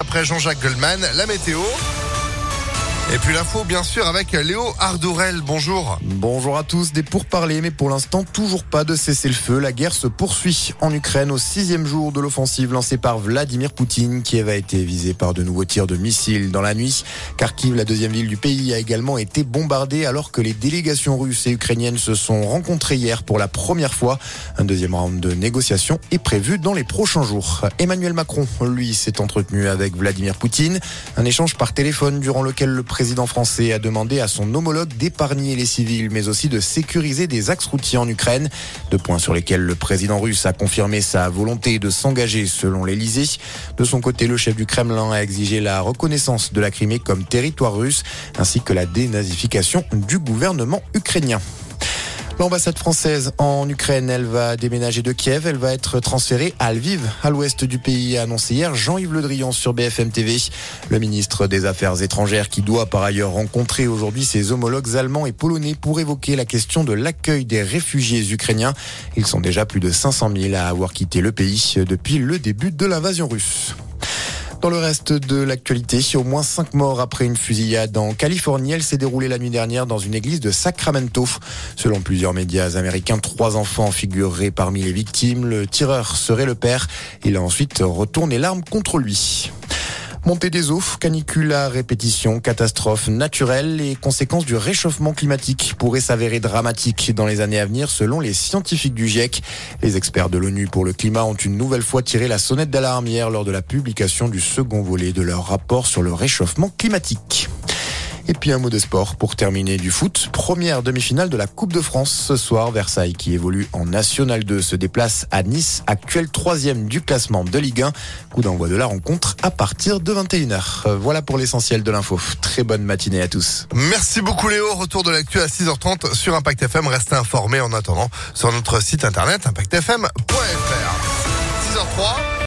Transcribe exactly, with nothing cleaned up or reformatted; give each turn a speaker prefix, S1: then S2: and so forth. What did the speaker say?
S1: après Jean-Jacques Goldman, la météo. Et puis l'info, bien sûr, avec Léo Ardourel. Bonjour.
S2: Bonjour à tous. Des pourparlers, mais pour l'instant, toujours pas de cessez-le-feu. La guerre se poursuit en Ukraine au sixième jour de l'offensive lancée par Vladimir Poutine. Kiev a été visée par de nouveaux tirs de missiles dans la nuit. Kharkiv, la deuxième ville du pays, a également été bombardée alors que les délégations russes et ukrainiennes se sont rencontrées hier pour la première fois. Un deuxième round de négociations est prévu dans les prochains jours. Emmanuel Macron, lui, s'est entretenu avec Vladimir Poutine. Un échange par téléphone durant lequel le Le président français a demandé à son homologue d'épargner les civils, mais aussi de sécuriser des axes routiers en Ukraine. Deux points sur lesquels le président russe a confirmé sa volonté de s'engager selon l'Elysée. De son côté, le chef du Kremlin a exigé la reconnaissance de la Crimée comme territoire russe, ainsi que la dénazification du gouvernement ukrainien. L'ambassade française en Ukraine, elle va déménager de Kiev. Elle va être transférée à Lviv, à l'ouest du pays, a annoncé hier Jean-Yves Le Drian sur B F M T V. Le ministre des Affaires étrangères qui doit par ailleurs rencontrer aujourd'hui ses homologues allemands et polonais pour évoquer la question de l'accueil des réfugiés ukrainiens. Ils sont déjà plus de cinq cent mille à avoir quitté le pays depuis le début de l'invasion russe. Dans le reste de l'actualité, au moins cinq morts après une fusillade en Californie. Elle s'est déroulée la nuit dernière dans une église de Sacramento. Selon plusieurs médias américains, trois enfants figureraient parmi les victimes. Le tireur serait le père. Il a ensuite retourné l'arme contre lui. Montée des eaux, canicule à répétition, catastrophes naturelles. Les conséquences du réchauffement climatique pourraient s'avérer dramatiques dans les années à venir selon les scientifiques du GIEC. Les experts de l'ONU pour le climat ont une nouvelle fois tiré la sonnette d'alarme hier lors de la publication du second volet de leur rapport sur le réchauffement climatique. Et puis un mot de sport pour terminer du foot. Première demi-finale de la Coupe de France ce soir. Versailles, qui évolue en National deux, se déplace à Nice, actuel troisième du classement de Ligue un. Coup d'envoi de la rencontre à partir de vingt et une heures. Voilà pour l'essentiel de l'info. Très bonne matinée à tous.
S1: Merci beaucoup Léo. Retour de l'actu à six heures trente sur Impact F M. Restez informés en attendant sur notre site internet impact f m point f r. six heures zéro trois